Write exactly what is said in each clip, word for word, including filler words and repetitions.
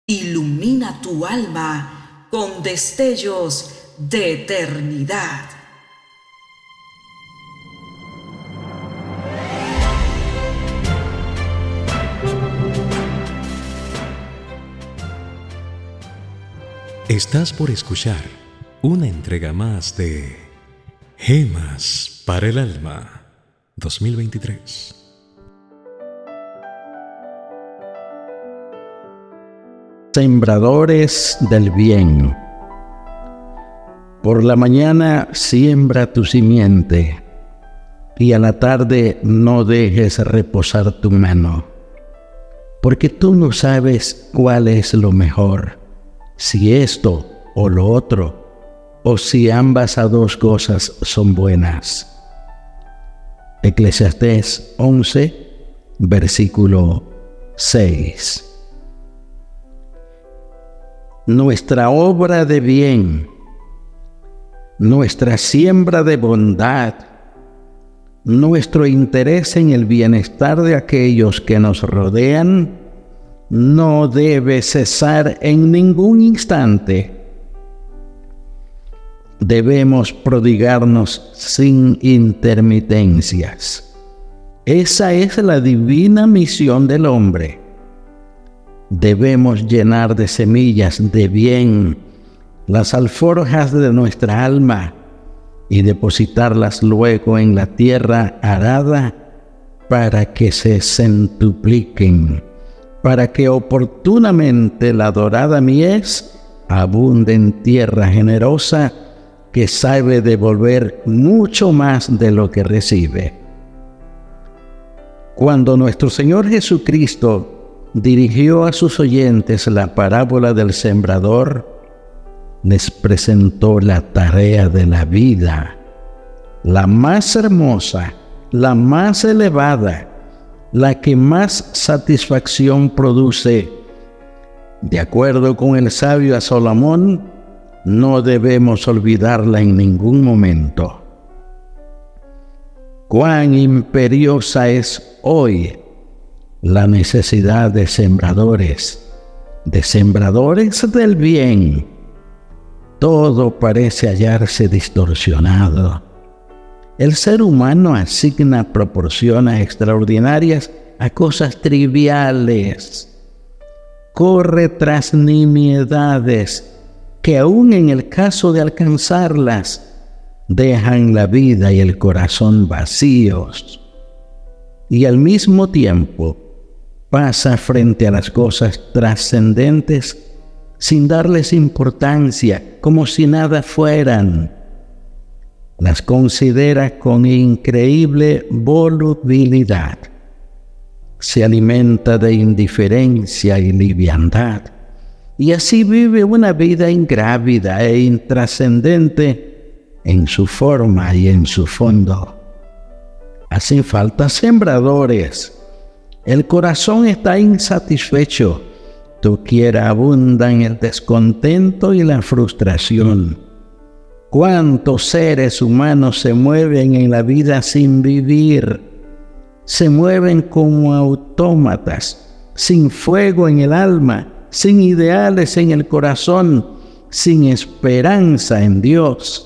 Ilumina tu alma con destellos de eternidad. Estás por escuchar una entrega más de Gemas para el Alma dos mil veintitrés. Sembradores del bien. Por la mañana siembra tu simiente, y a la tarde no dejes reposar tu mano, porque tú no sabes cuál es lo mejor, si esto o lo otro, o si ambas a dos cosas son buenas. Eclesiastés once, versículo seis. Nuestra obra de bien, nuestra siembra de bondad, nuestro interés en el bienestar de aquellos que nos rodean, no debe cesar en ningún instante. Debemos prodigarnos sin intermitencias. Esa es la divina misión del hombre. Debemos llenar de semillas de bien las alforjas de nuestra alma y depositarlas luego en la tierra arada para que se centupliquen, para que oportunamente la dorada mies abunde en tierra generosa que sabe devolver mucho más de lo que recibe. Cuando nuestro Señor Jesucristo dirigió a sus oyentes la parábola del sembrador, les presentó la tarea de la vida, la más hermosa, la más elevada, la que más satisfacción produce. De acuerdo con el sabio Salomón, no debemos olvidarla en ningún momento. Cuán imperiosa es hoy la necesidad de sembradores, de sembradores del bien. Todo parece hallarse distorsionado. El ser humano asigna proporciones extraordinarias a cosas triviales. Corre tras nimiedades que aun en el caso de alcanzarlas, dejan la vida y el corazón vacíos. Y al mismo tiempo, pasa frente a las cosas trascendentes sin darles importancia, como si nada fueran. Las considera con increíble volubilidad. Se alimenta de indiferencia y liviandad, y así vive una vida ingrávida e intrascendente en su forma y en su fondo. Hacen falta sembradores. El corazón está insatisfecho. Doquiera abundan el descontento y la frustración. ¿Cuántos seres humanos se mueven en la vida sin vivir? Se mueven como autómatas, sin fuego en el alma, sin ideales en el corazón, sin esperanza en Dios.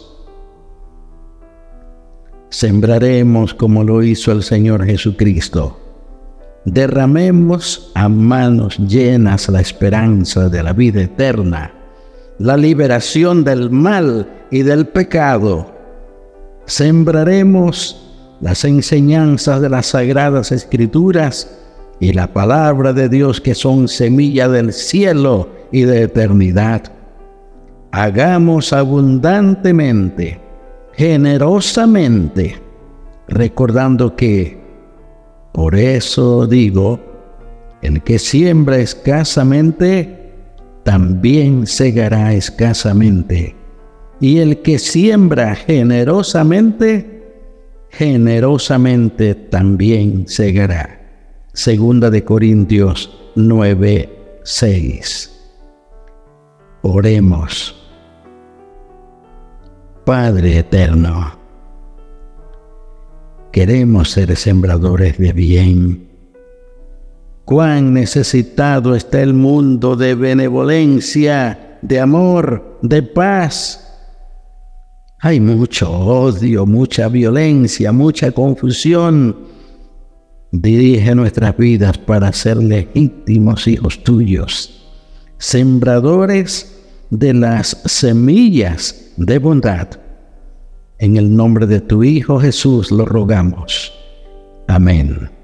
Sembraremos como lo hizo el Señor Jesucristo. Derramemos a manos llenas la esperanza de la vida eterna, la liberación del mal y del pecado. Sembraremos las enseñanzas de las Sagradas Escrituras y la palabra de Dios, que son semilla del cielo y de eternidad. Hagamos abundantemente, generosamente, recordando que, por eso digo, el que siembra escasamente, también segará escasamente. Y el que siembra generosamente, generosamente también segará. Segunda de Corintios nueve, seis. Oremos. Padre eterno, queremos ser sembradores de bien, cuán necesitado está el mundo de benevolencia, de amor, de paz. Hay mucho odio, mucha violencia, mucha confusión. Dirige nuestras vidas para ser legítimos hijos tuyos, sembradores de las semillas de bondad. En el nombre de tu Hijo Jesús lo rogamos. Amén.